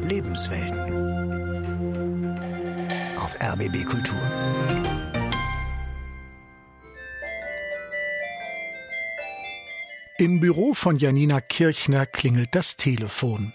Lebenswelten. Auf RBB Kultur. Im Büro von Janina Kirchner klingelt das Telefon.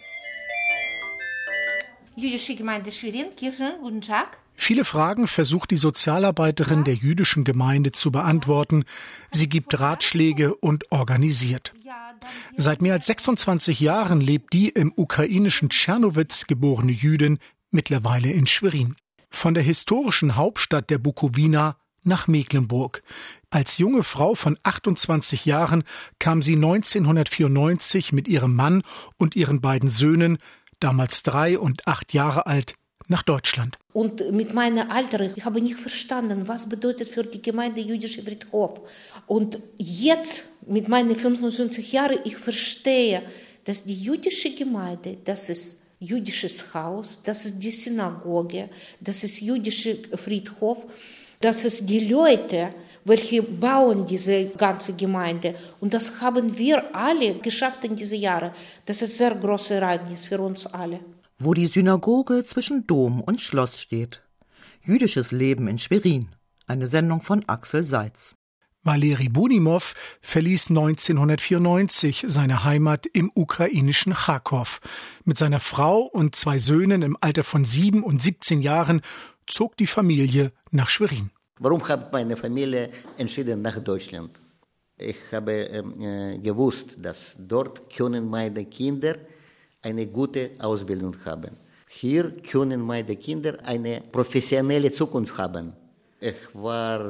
Jüdische Gemeinde Schwerin, Kirchner, guten Tag. Viele Fragen versucht die Sozialarbeiterin der jüdischen Gemeinde zu beantworten. Sie gibt Ratschläge und organisiert. Seit mehr als 26 Jahren lebt die im ukrainischen Tschernowitz geborene Jüdin mittlerweile in Schwerin. Von der historischen Hauptstadt der Bukowina nach Mecklenburg. Als junge Frau von 28 Jahren kam sie 1994 mit ihrem Mann und ihren beiden Söhnen, damals 3 und 8 Jahre alt, nach Deutschland. Und mit meinem Alter, ich habe nicht verstanden, was bedeutet für die Gemeinde jüdischer Friedhof. Und jetzt, mit meinen 25 Jahren, ich verstehe, dass die jüdische Gemeinde, das ist jüdisches Haus, das ist die Synagoge, das ist jüdischer Friedhof, das ist die Leute, welche bauen diese ganze Gemeinde. Und das haben wir alle geschafft in diesen Jahren. Das ist ein sehr großes Ereignis für uns alle. Wo die Synagoge zwischen Dom und Schloss steht. Jüdisches Leben in Schwerin. Eine Sendung von Axel Seitz. Valeri Bunimow verließ 1994 seine Heimat im ukrainischen Charkow. Mit seiner Frau und 2 Söhnen im Alter von 7 und 17 Jahren zog die Familie nach Schwerin. Warum hat meine Familie entschieden nach Deutschland? Ich habe gewusst, dass dort können meine Kinder eine gute Ausbildung haben. Hier können meine Kinder eine professionelle Zukunft haben. Ich war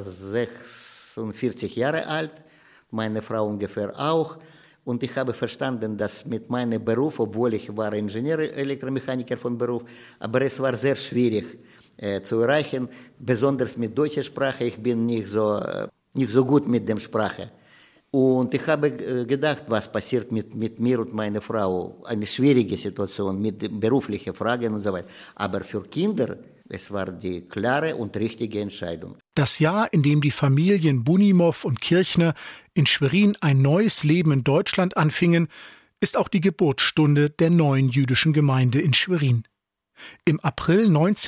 46 Jahre alt, meine Frau ungefähr auch. Und ich habe verstanden, dass mit meinem Beruf, obwohl ich war Ingenieur, Elektromechaniker von Beruf, aber es war sehr schwierig zu erreichen, besonders mit deutscher Sprache. Ich bin nicht so gut mit der Sprache. Und ich habe gedacht, was passiert mit mir und meiner Frau. Eine schwierige Situation mit beruflichen Fragen und so weiter. Aber für Kinder, es war die klare und richtige Entscheidung. Das Jahr, in dem die Familien Bunimow und Kirchner in Schwerin ein neues Leben in Deutschland anfingen, ist auch die Geburtsstunde der neuen jüdischen Gemeinde in Schwerin. Im April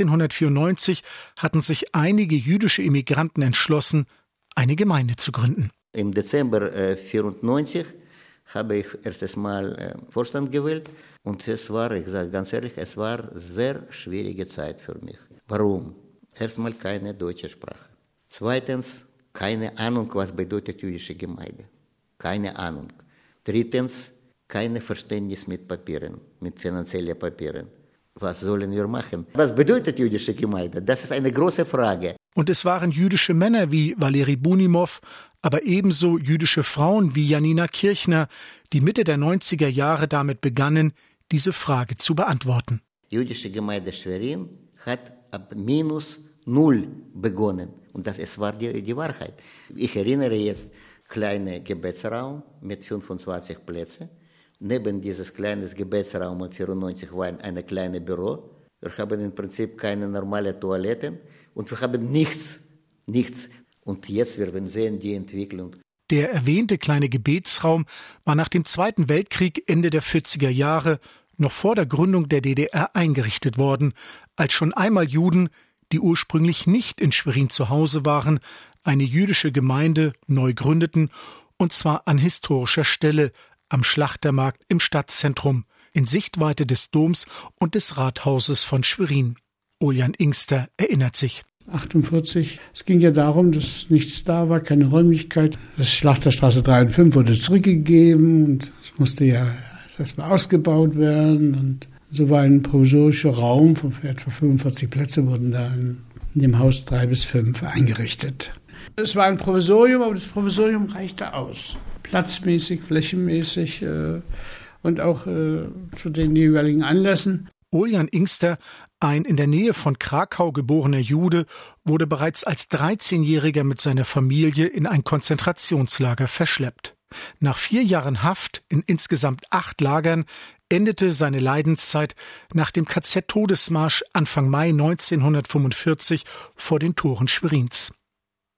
1994 hatten sich einige jüdische Immigranten entschlossen, eine Gemeinde zu gründen. Im Dezember 1994 habe ich erstes Mal Vorstand gewählt und es war, ich sage ganz ehrlich, es war eine sehr schwierige Zeit für mich. Warum? Erstmal keine deutsche Sprache. Zweitens, keine Ahnung, was bedeutet jüdische Gemeinde. Keine Ahnung. Drittens, kein Verständnis mit Papieren, mit finanziellen Papieren. Was sollen wir machen? Was bedeutet jüdische Gemeinde? Das ist eine große Frage. Und es waren jüdische Männer wie Valeri Bunimow, aber ebenso jüdische Frauen wie Janina Kirchner, die Mitte der 90er Jahre damit begannen, diese Frage zu beantworten. Jüdische Gemeinde Schwerin hat ab -0 begonnen. Und das war die Wahrheit. Ich erinnere jetzt, kleiner Gebetsraum mit 25 Plätzen. Neben dieses kleinen Gebetsraum mit 94 war ein kleines Büro. Wir haben im Prinzip keine normale Toiletten und wir haben nichts. Und jetzt werden wir sehen die Entwicklung. Der erwähnte kleine Gebetsraum war nach dem Zweiten Weltkrieg Ende der 40er Jahre noch vor der Gründung der DDR eingerichtet worden, als schon einmal Juden, die ursprünglich nicht in Schwerin zu Hause waren, eine jüdische Gemeinde neu gründeten, und zwar an historischer Stelle, am Schlachtermarkt im Stadtzentrum, in Sichtweite des Doms und des Rathauses von Schwerin. Oljan Ingster erinnert sich. 1948. Es ging ja darum, dass nichts da war, keine Räumlichkeit. Das Schlachterstraße 3 und 5 wurde zurückgegeben und es musste ja erstmal ausgebaut werden. Und so war ein provisorischer Raum von etwa 45 Plätze wurden da in dem Haus 3 bis 5 eingerichtet. Es war ein Provisorium, aber das Provisorium reichte aus. Platzmäßig, flächenmäßig und auch zu den jeweiligen Anlässen. Oljan Ingster, ein in der Nähe von Krakau geborener Jude, wurde bereits als 13-Jähriger mit seiner Familie in ein Konzentrationslager verschleppt. Nach 4 Jahren Haft in insgesamt 8 Lagern endete seine Leidenszeit nach dem KZ-Todesmarsch Anfang Mai 1945 vor den Toren Schwerins.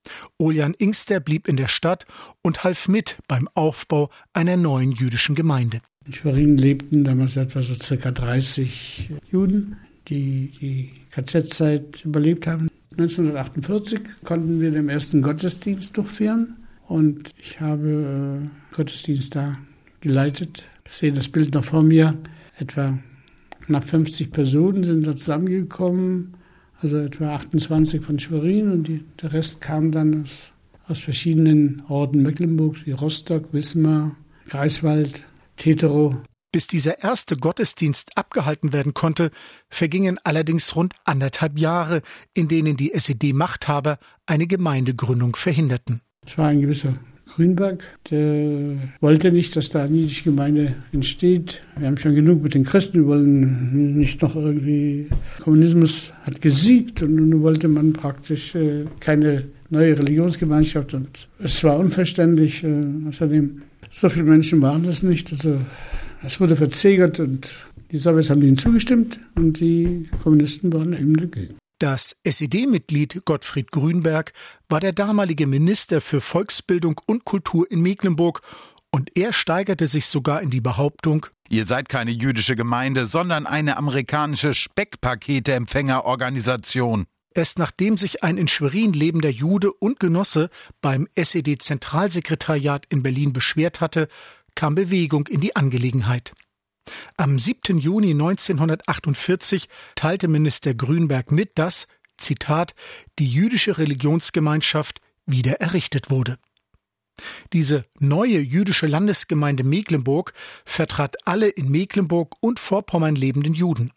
Oljan Ingster blieb in der Stadt und half mit beim Aufbau einer neuen jüdischen Gemeinde. In Schwerin lebten damals etwa so ca. 30 Juden, die die KZ-Zeit überlebt haben. 1948 konnten wir den ersten Gottesdienst durchführen und ich habe Gottesdienst da geleitet. Ich sehe das Bild noch vor mir. Etwa knapp 50 Personen sind da zusammengekommen, also etwa 28 von Schwerin und der Rest kam dann aus verschiedenen Orten Mecklenburgs wie Rostock, Wismar, Greifswald, Teterow. Bis dieser erste Gottesdienst abgehalten werden konnte, vergingen allerdings rund 1,5 Jahre, in denen die SED-Machthaber eine Gemeindegründung verhinderten. Es war ein gewisser Grünberg, der wollte nicht, dass da eine jüdische Gemeinde entsteht. Wir haben schon genug mit den Christen, wir wollen nicht noch irgendwie, Kommunismus hat gesiegt und nun wollte man praktisch keine neue Religionsgemeinschaft und es war unverständlich. Außerdem, so viele Menschen waren es nicht, also es wurde verzögert und die Sowjets haben ihnen zugestimmt und die Kommunisten waren eben dagegen. Das SED-Mitglied Gottfried Grünberg war der damalige Minister für Volksbildung und Kultur in Mecklenburg und er steigerte sich sogar in die Behauptung: Ihr seid keine jüdische Gemeinde, sondern eine amerikanische Speckpakete-Empfängerorganisation. Erst nachdem sich ein in Schwerin lebender Jude und Genosse beim SED-Zentralsekretariat in Berlin beschwert hatte, kam Bewegung in die Angelegenheit. Am 7. Juni 1948 teilte Minister Grünberg mit, dass, Zitat, die jüdische Religionsgemeinschaft wieder errichtet wurde. Diese neue jüdische Landesgemeinde Mecklenburg vertrat alle in Mecklenburg und Vorpommern lebenden Juden.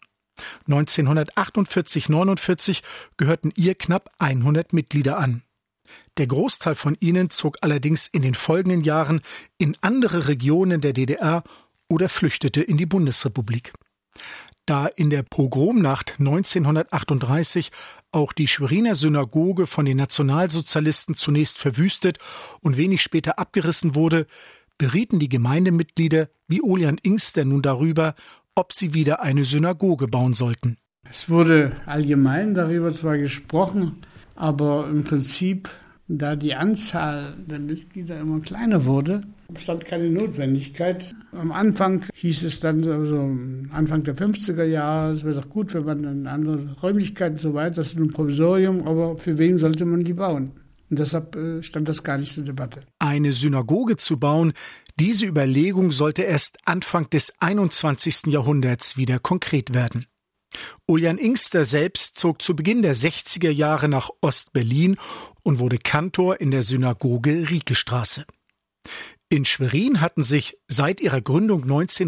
1948/49 gehörten ihr knapp 100 Mitglieder an. Der Großteil von ihnen zog allerdings in den folgenden Jahren in andere Regionen der DDR oder flüchtete in die Bundesrepublik. Da in der Pogromnacht 1938 auch die Schweriner Synagoge von den Nationalsozialisten zunächst verwüstet und wenig später abgerissen wurde, berieten die Gemeindemitglieder wie Oljan Ingster nun darüber, ob sie wieder eine Synagoge bauen sollten. Es wurde allgemein darüber zwar gesprochen, aber im Prinzip, da die Anzahl der Mitglieder immer kleiner wurde, bestand keine Notwendigkeit. Am Anfang hieß es dann, also Anfang der 50er Jahre, es wäre doch gut, wenn man in andere Räumlichkeiten so weit, das ist ein Provisorium, aber für wen sollte man die bauen? Und deshalb stand das gar nicht zur Debatte. Eine Synagoge zu bauen, diese Überlegung sollte erst Anfang des 21. Jahrhunderts wieder konkret werden. Oljan Ingster selbst zog zu Beginn der 60er Jahre nach Ost-Berlin und wurde Kantor in der Synagoge Riekestraße. In Schwerin hatten sich seit ihrer Gründung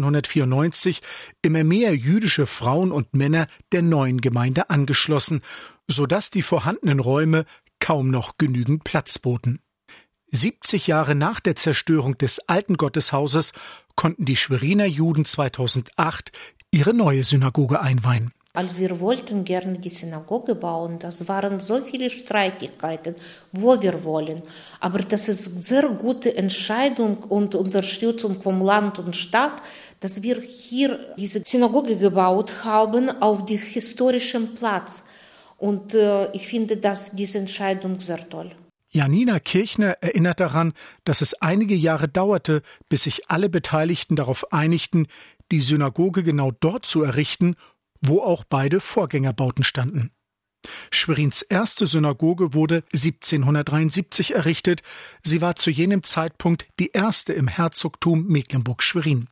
1994 immer mehr jüdische Frauen und Männer der neuen Gemeinde angeschlossen, sodass die vorhandenen Räume kaum noch genügend Platz boten. 70 Jahre nach der Zerstörung des alten Gotteshauses konnten die Schweriner Juden 2008 ihre neue Synagoge einweihen. Als wir wollten gerne die Synagoge bauen, das waren so viele Streitigkeiten, wo wir wollen. Aber das ist eine sehr gute Entscheidung und Unterstützung vom Land und Stadt, dass wir hier diese Synagoge gebaut haben auf dem historischen Platz. Und ich finde diese Entscheidung sehr toll. Janina Kirchner erinnert daran, dass es einige Jahre dauerte, bis sich alle Beteiligten darauf einigten, die Synagoge genau dort zu errichten, wo auch beide Vorgängerbauten standen. Schwerins erste Synagoge wurde 1773 errichtet. Sie war zu jenem Zeitpunkt die erste im Herzogtum Mecklenburg-Schwerin.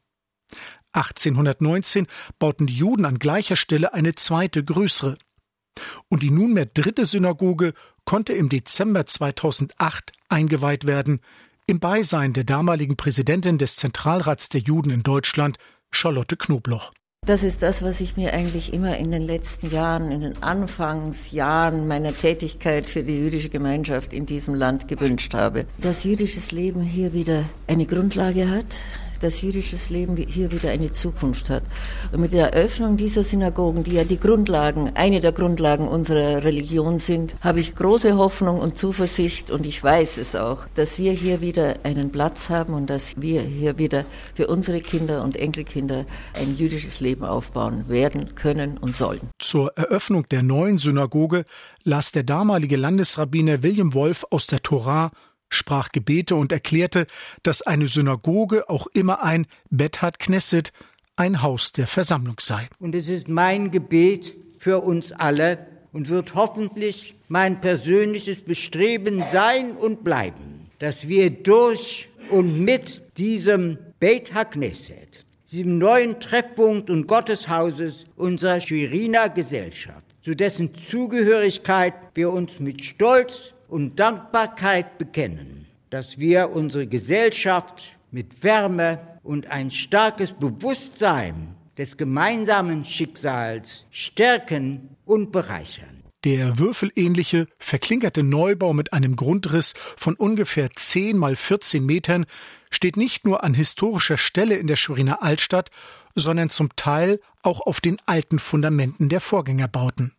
1819 bauten die Juden an gleicher Stelle eine zweite, größere. Und die nunmehr dritte Synagoge konnte im Dezember 2008 eingeweiht werden, im Beisein der damaligen Präsidentin des Zentralrats der Juden in Deutschland, Charlotte Knobloch. Das ist das, was ich mir eigentlich immer in den letzten Jahren, in den Anfangsjahren meiner Tätigkeit für die jüdische Gemeinschaft in diesem Land gewünscht habe. Dass jüdisches Leben hier wieder eine Grundlage hat, dass jüdisches Leben hier wieder eine Zukunft hat. Und mit der Eröffnung dieser Synagogen, die ja eine der Grundlagen unserer Religion sind, habe ich große Hoffnung und Zuversicht, und ich weiß es auch, dass wir hier wieder einen Platz haben und dass wir hier wieder für unsere Kinder und Enkelkinder ein jüdisches Leben aufbauen werden, können und sollen. Zur Eröffnung der neuen Synagoge las der damalige Landesrabbiner William Wolf aus der Tora, sprach Gebete und erklärte, dass eine Synagoge auch immer ein Bet HaKnesset, ein Haus der Versammlung sei. Und es ist mein Gebet für uns alle und wird hoffentlich mein persönliches Bestreben sein und bleiben, dass wir durch und mit diesem Bet HaKnesset, diesem neuen Treffpunkt und Gotteshauses unserer Schweriner Gesellschaft, zu dessen Zugehörigkeit wir uns mit Stolz und Dankbarkeit bekennen, dass wir unsere Gesellschaft mit Wärme und ein starkes Bewusstsein des gemeinsamen Schicksals stärken und bereichern. Der würfelähnliche, verklinkerte Neubau mit einem Grundriss von ungefähr 10 mal 14 Metern steht nicht nur an historischer Stelle in der Schweriner Altstadt, sondern zum Teil auch auf den alten Fundamenten der Vorgängerbauten.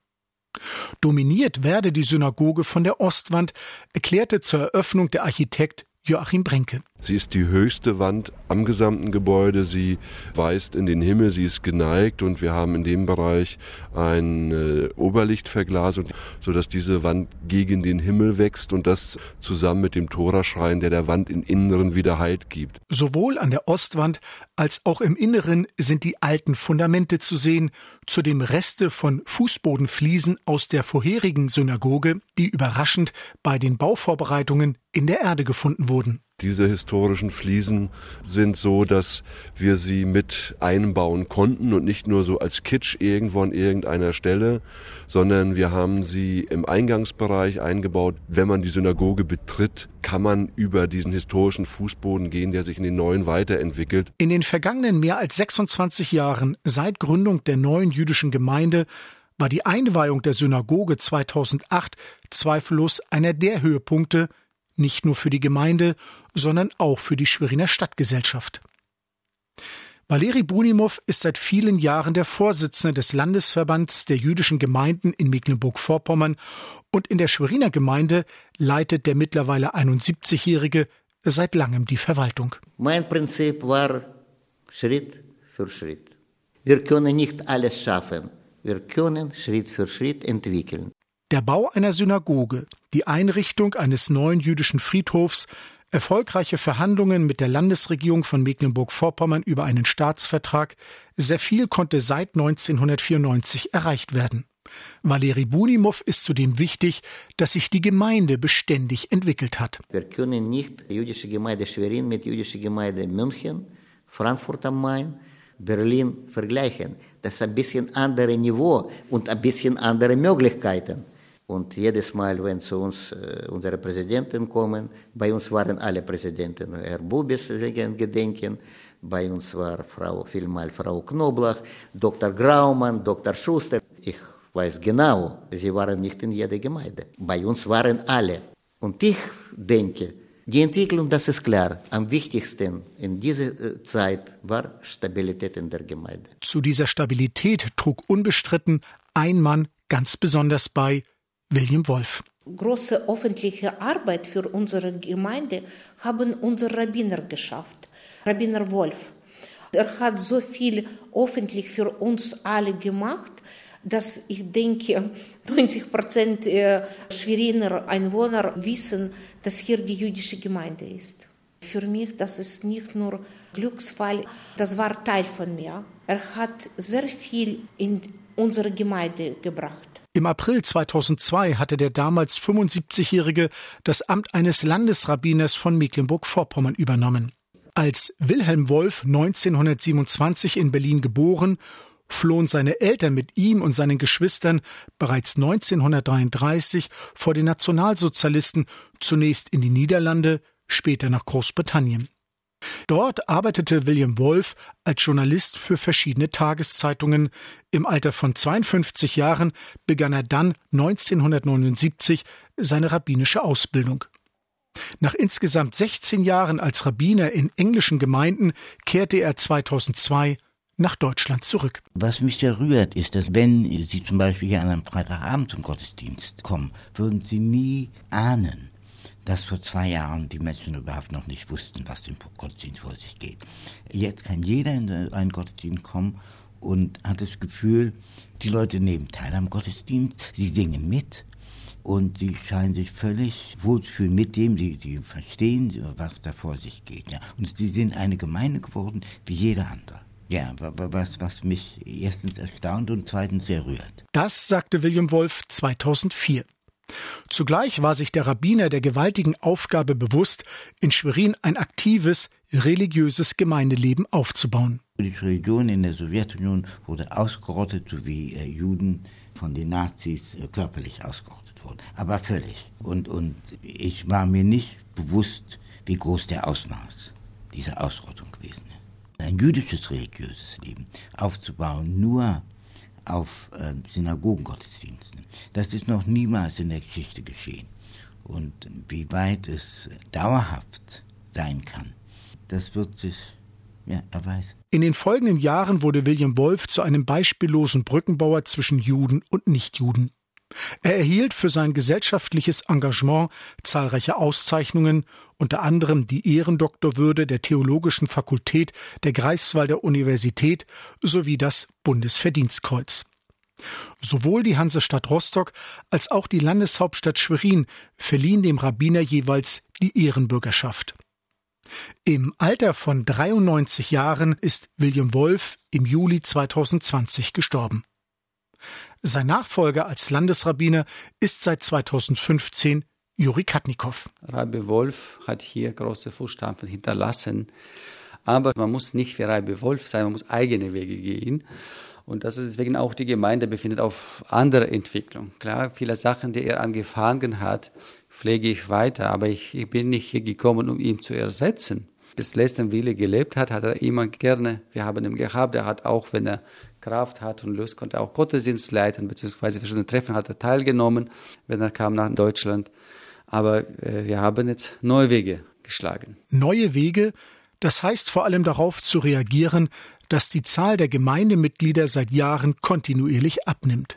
Dominiert werde die Synagoge von der Ostwand, erklärte zur Eröffnung der Architekt Joachim Brenke. Sie ist die höchste Wand am gesamten Gebäude, sie weist in den Himmel, sie ist geneigt und wir haben in dem Bereich eine Oberlichtverglasung, sodass diese Wand gegen den Himmel wächst und das zusammen mit dem Toraschrein, der der Wand im Inneren wieder Halt gibt. Sowohl an der Ostwand als auch im Inneren sind die alten Fundamente zu sehen, zudem Reste von Fußbodenfliesen aus der vorherigen Synagoge, die überraschend bei den Bauvorbereitungen in der Erde gefunden wurden. Diese historischen Fliesen sind so, dass wir sie mit einbauen konnten und nicht nur so als Kitsch irgendwo an irgendeiner Stelle, sondern wir haben sie im Eingangsbereich eingebaut. Wenn man die Synagoge betritt, kann man über diesen historischen Fußboden gehen, der sich in den neuen weiterentwickelt. In den vergangenen mehr als 26 Jahren seit Gründung der neuen jüdischen Gemeinde war die Einweihung der Synagoge 2008 zweifellos einer der Höhepunkte, nicht nur für die Gemeinde, sondern auch für die Schweriner Stadtgesellschaft. Valeri Bunimow ist seit vielen Jahren der Vorsitzende des Landesverbands der jüdischen Gemeinden in Mecklenburg-Vorpommern und in der Schweriner Gemeinde leitet der mittlerweile 71-Jährige seit langem die Verwaltung. Mein Prinzip war Schritt für Schritt. Wir können nicht alles schaffen, wir können Schritt für Schritt entwickeln. Der Bau einer Synagoge, die Einrichtung eines neuen jüdischen Friedhofs, erfolgreiche Verhandlungen mit der Landesregierung von Mecklenburg-Vorpommern über einen Staatsvertrag, sehr viel konnte seit 1994 erreicht werden. Valeri Bunimow ist zudem wichtig, dass sich die Gemeinde beständig entwickelt hat. Wir können nicht die jüdische Gemeinde Schwerin mit jüdischer Gemeinde München, Frankfurt am Main, Berlin vergleichen. Das ist ein bisschen anderes Niveau und ein bisschen andere Möglichkeiten. Und jedes Mal, wenn zu uns unsere Präsidenten kommen, bei uns waren alle Präsidenten, Herr Bubis gedenken, bei uns war vielmal Frau Knoblach, Dr. Graumann, Dr. Schuster. Ich weiß genau, sie waren nicht in jeder Gemeinde. Bei uns waren alle. Und ich denke, die Entwicklung, das ist klar, am wichtigsten in dieser Zeit war Stabilität in der Gemeinde. Zu dieser Stabilität trug unbestritten ein Mann ganz besonders bei, William Wolf. Große öffentliche Arbeit für unsere Gemeinde haben unsere Rabbiner geschafft. Rabbiner Wolf. Er hat so viel öffentlich für uns alle gemacht, dass ich denke, 90% Schweriner Einwohner wissen, dass hier die jüdische Gemeinde ist. Für mich, das ist nicht nur Glücksfall, das war Teil von mir. Er hat sehr viel in unsere Gemeinde gebracht. Im April 2002 hatte der damals 75-Jährige das Amt eines Landesrabbiners von Mecklenburg-Vorpommern übernommen. Als Wilhelm Wolf 1927 in Berlin geboren, flohen seine Eltern mit ihm und seinen Geschwistern bereits 1933 vor den Nationalsozialisten zunächst in die Niederlande, später nach Großbritannien. Dort arbeitete William Wolf als Journalist für verschiedene Tageszeitungen. Im Alter von 52 Jahren begann er dann 1979 seine rabbinische Ausbildung. Nach insgesamt 16 Jahren als Rabbiner in englischen Gemeinden kehrte er 2002 nach Deutschland zurück. Was mich sehr rührt, ist, dass wenn Sie zum Beispiel hier an einem Freitagabend zum Gottesdienst kommen, würden Sie nie ahnen, dass vor 2 Jahren die Menschen überhaupt noch nicht wussten, was im Gottesdienst vor sich geht. Jetzt kann jeder in einen Gottesdienst kommen und hat das Gefühl, die Leute nehmen teil am Gottesdienst, sie singen mit. Und sie scheinen sich völlig wohlzufühlen mit dem, sie verstehen, was da vor sich geht. Ja. Und sie sind eine Gemeinde geworden wie jeder andere. Ja, was mich erstens erstaunt und zweitens sehr rührt. Das sagte William Wolf 2004. Zugleich war sich der Rabbiner der gewaltigen Aufgabe bewusst, in Schwerin ein aktives, religiöses Gemeindeleben aufzubauen. Die Religion in der Sowjetunion wurde ausgerottet, so wie Juden von den Nazis körperlich ausgerottet wurden. Aber völlig. Und ich war mir nicht bewusst, wie groß der Ausmaß dieser Ausrottung gewesen ist. Ein jüdisches religiöses Leben aufzubauen, nur auf Synagogengottesdiensten. Das ist noch niemals in der Geschichte geschehen. Und wie weit es dauerhaft sein kann, das wird sich erweisen. In den folgenden Jahren wurde William Wolf zu einem beispiellosen Brückenbauer zwischen Juden und Nichtjuden. Er erhielt für sein gesellschaftliches Engagement zahlreiche Auszeichnungen, unter anderem die Ehrendoktorwürde der Theologischen Fakultät der Greifswalder Universität sowie das Bundesverdienstkreuz. Sowohl die Hansestadt Rostock als auch die Landeshauptstadt Schwerin verliehen dem Rabbiner jeweils die Ehrenbürgerschaft. Im Alter von 93 Jahren ist William Wolf im Juli 2020 gestorben. Sein Nachfolger als Landesrabbiner ist seit 2015 Juri Katnikow. Rabbi Wolf hat hier große Fußstapfen hinterlassen, aber man muss nicht wie Rabbi Wolf sein, man muss eigene Wege gehen. Und das ist deswegen auch die Gemeinde befindet auf andere Entwicklung. Klar, viele Sachen, die er angefangen hat, pflege ich weiter, aber ich bin nicht hier gekommen, um ihn zu ersetzen. Bis letzten Wille gelebt hat er immer gerne, wir haben ihn gehabt, er hat auch, wenn er Kraft hat und Lust, konnte auch Gottesdienst leiten, beziehungsweise verschiedene Treffen hat er teilgenommen, wenn er kam nach Deutschland. Aber wir haben jetzt neue Wege geschlagen. Neue Wege, das heißt vor allem darauf zu reagieren, dass die Zahl der Gemeindemitglieder seit Jahren kontinuierlich abnimmt.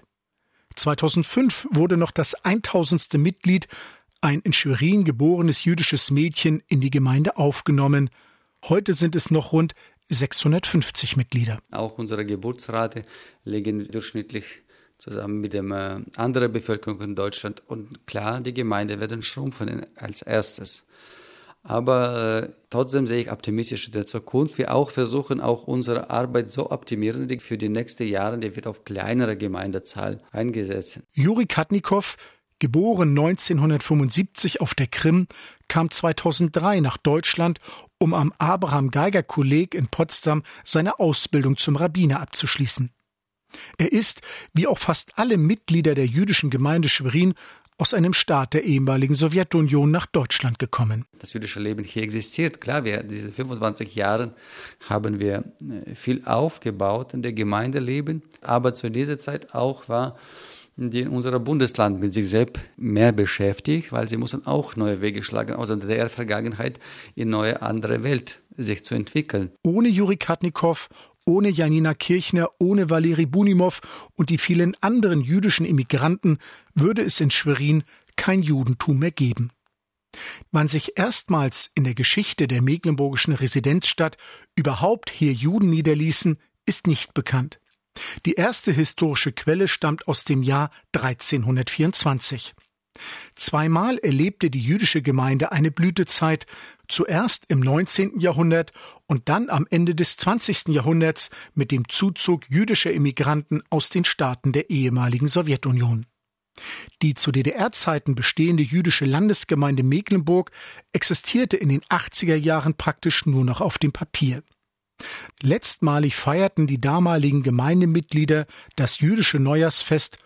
2005 wurde noch das 1000. Mitglied, ein in Schwerin geborenes jüdisches Mädchen, in die Gemeinde aufgenommen. Heute sind es noch rund 650 Mitglieder. Auch unsere Geburtsrate liegen durchschnittlich zusammen mit der anderen Bevölkerung in Deutschland. Und klar, die Gemeinde werden schrumpfen als erstes. Aber trotzdem sehe ich optimistisch in der Zukunft. Wir auch versuchen, auch unsere Arbeit so optimieren, die für die nächsten Jahre, die wird auf kleinere Gemeindezahl eingesetzt. Juri Katnikow, geboren 1975 auf der Krim, kam 2003 nach Deutschland, um am Abraham-Geiger-Kolleg in Potsdam seine Ausbildung zum Rabbiner abzuschließen. Er ist, wie auch fast alle Mitglieder der jüdischen Gemeinde Schwerin, aus einem Staat der ehemaligen Sowjetunion nach Deutschland gekommen. Das jüdische Leben hier existiert. Klar, diese 25 Jahre haben wir viel aufgebaut in der Gemeindeleben, aber zu dieser Zeit auch war unser Bundesland mit sich selbst mehr beschäftigt, weil sie mussten auch neue Wege schlagen, aus der DDR-Vergangenheit in neue andere Welt sich zu entwickeln. Ohne Juri Katnikow, ohne Janina Kirchner, ohne Valeri Bunimow und die vielen anderen jüdischen Immigranten würde es in Schwerin kein Judentum mehr geben. Wann sich erstmals in der Geschichte der mecklenburgischen Residenzstadt überhaupt hier Juden niederließen, ist nicht bekannt. Die erste historische Quelle stammt aus dem Jahr 1324. Zweimal erlebte die jüdische Gemeinde eine Blütezeit, zuerst im 19. Jahrhundert und dann am Ende des 20. Jahrhunderts mit dem Zuzug jüdischer Immigranten aus den Staaten der ehemaligen Sowjetunion. Die zu DDR-Zeiten bestehende jüdische Landesgemeinde Mecklenburg existierte in den 80er Jahren praktisch nur noch auf dem Papier. Letztmalig feierten die damaligen Gemeindemitglieder das jüdische Neujahrsfest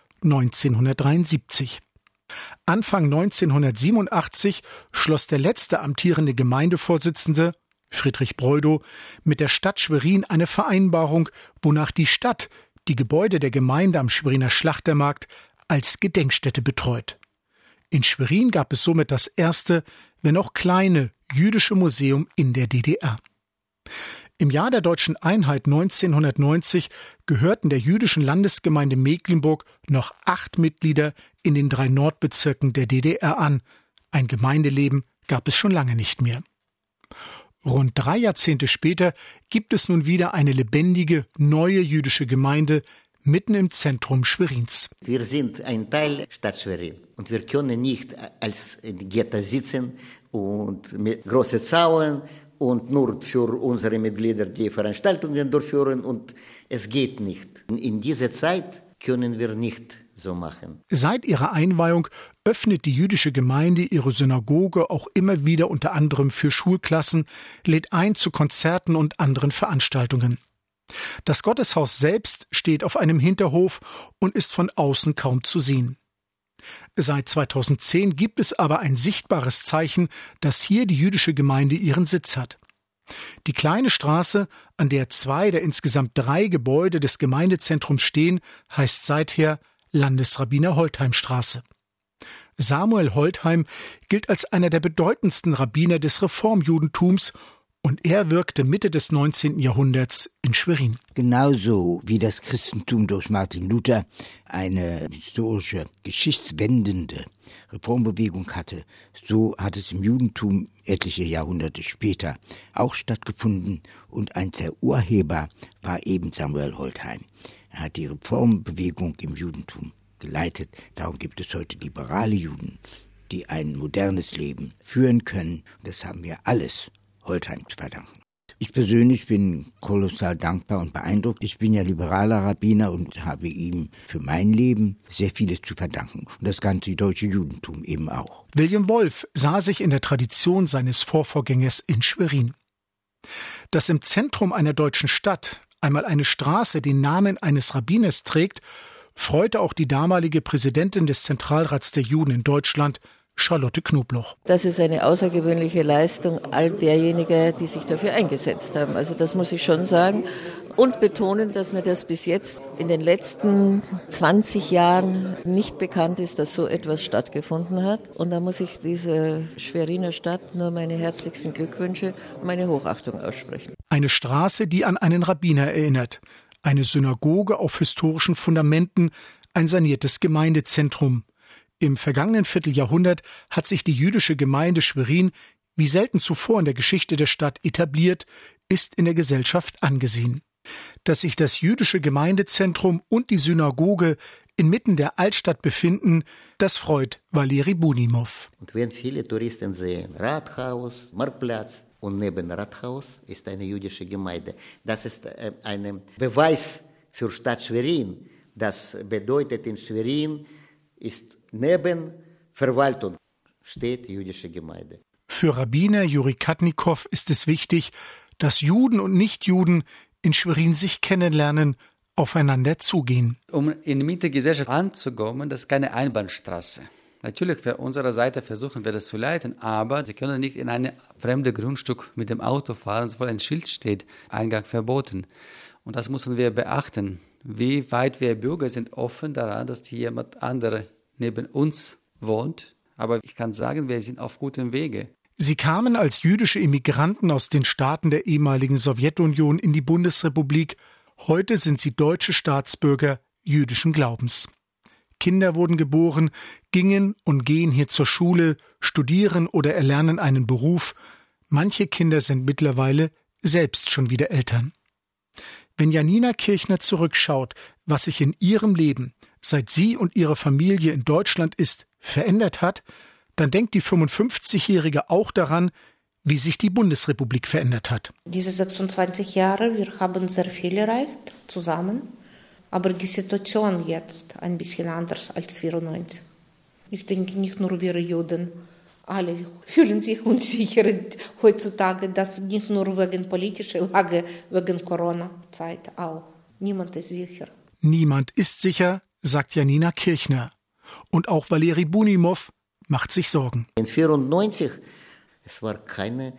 1973. Anfang 1987 schloss der letzte amtierende Gemeindevorsitzende, Friedrich Breudow, mit der Stadt Schwerin eine Vereinbarung, wonach die Stadt die Gebäude der Gemeinde am Schweriner Schlachtermarkt als Gedenkstätte betreut. In Schwerin gab es somit das erste, wenn auch kleine, jüdische Museum in der DDR. Im Jahr der deutschen Einheit 1990 gehörten der jüdischen Landesgemeinde Mecklenburg noch 8 Mitglieder in den 3 Nordbezirken der DDR an. Ein Gemeindeleben gab es schon lange nicht mehr. Rund 3 Jahrzehnte später gibt es nun wieder eine lebendige, neue jüdische Gemeinde mitten im Zentrum Schwerins. Wir sind ein Teil Stadt Schwerin und wir können nicht als Ghetto sitzen und mit großen Zaun und nur für unsere Mitglieder die Veranstaltungen durchführen, und es geht nicht. In dieser Zeit können wir nicht so machen. Seit ihrer Einweihung öffnet die jüdische Gemeinde ihre Synagoge auch immer wieder unter anderem für Schulklassen, lädt ein zu Konzerten und anderen Veranstaltungen. Das Gotteshaus selbst steht auf einem Hinterhof und ist von außen kaum zu sehen. Seit 2010 gibt es aber ein sichtbares Zeichen, dass hier die jüdische Gemeinde ihren Sitz hat. Die kleine Straße, an der 2 der insgesamt 3 Gebäude des Gemeindezentrums stehen, heißt seither Landesrabbiner-Holtheim-Straße. Samuel Holtheim gilt als einer der bedeutendsten Rabbiner des Reformjudentums, und er wirkte Mitte des 19. Jahrhunderts in Schwerin. Genauso wie das Christentum durch Martin Luther eine historische, geschichtswendende Reformbewegung hatte, so hat es im Judentum etliche Jahrhunderte später auch stattgefunden, und ein der Urheber war eben Samuel Holtheim. Er hat die Reformbewegung im Judentum geleitet. Darum gibt es heute liberale Juden, die ein modernes Leben führen können. Das haben wir alles Holtheim zu verdanken. Ich persönlich bin kolossal dankbar und beeindruckt. Ich bin ja liberaler Rabbiner und habe ihm für mein Leben sehr vieles zu verdanken. Und das ganze deutsche Judentum eben auch. William Wolf sah sich in der Tradition seines Vorvorgängers in Schwerin. Dass im Zentrum einer deutschen Stadt einmal eine Straße den Namen eines Rabbiners trägt, freute auch die damalige Präsidentin des Zentralrats der Juden in Deutschland, Charlotte Knobloch. Das ist eine außergewöhnliche Leistung all derjenigen, die sich dafür eingesetzt haben. Also das muss ich schon sagen. Und betonen, dass mir das bis jetzt in den letzten 20 Jahren nicht bekannt ist, dass so etwas stattgefunden hat. Und da muss ich dieser Schweriner Stadt nur meine herzlichsten Glückwünsche und meine Hochachtung aussprechen. Eine Straße, die an einen Rabbiner erinnert. Eine Synagoge auf historischen Fundamenten, ein saniertes Gemeindezentrum. Im vergangenen Vierteljahrhundert hat sich die jüdische Gemeinde Schwerin wie selten zuvor in der Geschichte der Stadt etabliert, ist in der Gesellschaft angesehen. Dass sich das jüdische Gemeindezentrum und die Synagoge inmitten der Altstadt befinden, das freut Valeri Bunimov. Und wenn viele Touristen sehen, Rathaus, Marktplatz, und neben Rathaus ist eine jüdische Gemeinde. Das ist ein Beweis für Stadt Schwerin. Das bedeutet, in Schwerin ist neben Verwaltung steht jüdische Gemeinde. Für Rabbiner Juri Katnikow ist es wichtig, dass Juden und Nichtjuden in Schwerin sich kennenlernen, aufeinander zugehen. Um in die Mitte der Gesellschaft anzukommen, das ist keine Einbahnstraße. Natürlich, für unsere Seite versuchen wir das zu leiten, aber Sie können nicht in ein fremdes Grundstück mit dem Auto fahren, wo ein Schild steht, Eingang verboten. Und das müssen wir beachten. Wie weit wir Bürger sind offen daran, dass hier jemand anderes neben uns wohnt. Aber ich kann sagen, wir sind auf gutem Wege. Sie kamen als jüdische Immigranten aus den Staaten der ehemaligen Sowjetunion in die Bundesrepublik. Heute sind sie deutsche Staatsbürger jüdischen Glaubens. Kinder wurden geboren, gingen und gehen hier zur Schule, studieren oder erlernen einen Beruf. Manche Kinder sind mittlerweile selbst schon wieder Eltern. Wenn Janina Kirchner zurückschaut, was sich in ihrem Leben, seit sie und ihre Familie in Deutschland ist, verändert hat, dann denkt die 55-Jährige auch daran, wie sich die Bundesrepublik verändert hat. Diese 26 Jahre, wir haben sehr viel erreicht, zusammen. Aber die Situation jetzt ein bisschen anders als 1994. Ich denke, nicht nur wir Juden, alle fühlen sich unsicher heutzutage, das nicht nur wegen politischer Lage, wegen Corona-Zeit auch. Niemand ist sicher. Niemand ist sicher, sagt Janina Kirchner. Und auch Valeri Bunimov macht sich Sorgen. In 1994, es war keine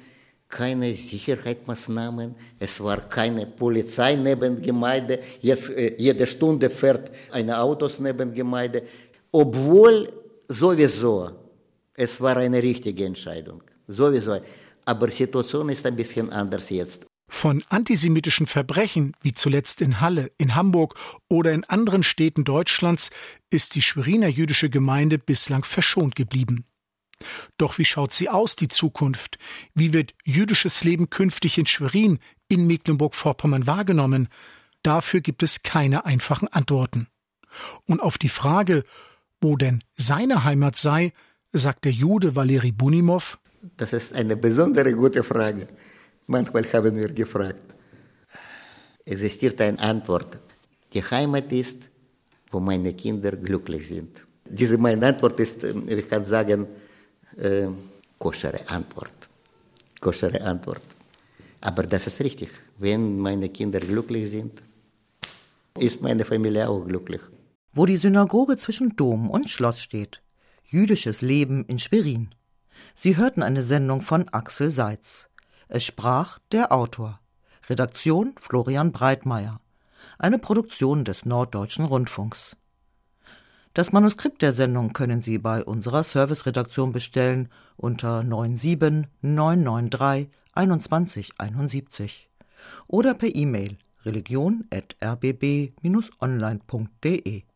Sicherheitsmaßnahmen, es war keine Polizei neben Gemeinde, jetzt jede Stunde fährt ein Auto neben Gemeinde, obwohl sowieso Es war eine richtige Entscheidung, sowieso. Aber die Situation ist ein bisschen anders jetzt. Von antisemitischen Verbrechen, wie zuletzt in Halle, in Hamburg oder in anderen Städten Deutschlands, ist die Schweriner jüdische Gemeinde bislang verschont geblieben. Doch wie schaut sie aus, die Zukunft? Wie wird jüdisches Leben künftig in Schwerin, in Mecklenburg-Vorpommern wahrgenommen? Dafür gibt es keine einfachen Antworten. Und auf die Frage, wo denn seine Heimat sei, sagt der Jude Valeri Bunimov: Das ist eine besondere gute Frage. Manchmal haben wir gefragt. Existiert eine Antwort. Die Heimat ist, wo meine Kinder glücklich sind. Meine Antwort ist, ich kann sagen, koschere Antwort. Koschere Antwort. Aber das ist richtig. Wenn meine Kinder glücklich sind, ist meine Familie auch glücklich. Wo die Synagoge zwischen Dom und Schloss steht. Jüdisches Leben in Schwerin. Sie hörten eine Sendung von Axel Seitz. Es sprach der Autor. Redaktion Florian Breitmeier. Eine Produktion des Norddeutschen Rundfunks. Das Manuskript der Sendung können Sie bei unserer Serviceredaktion bestellen unter 97 993 21 71 oder per E-Mail religion@rbb-online.de.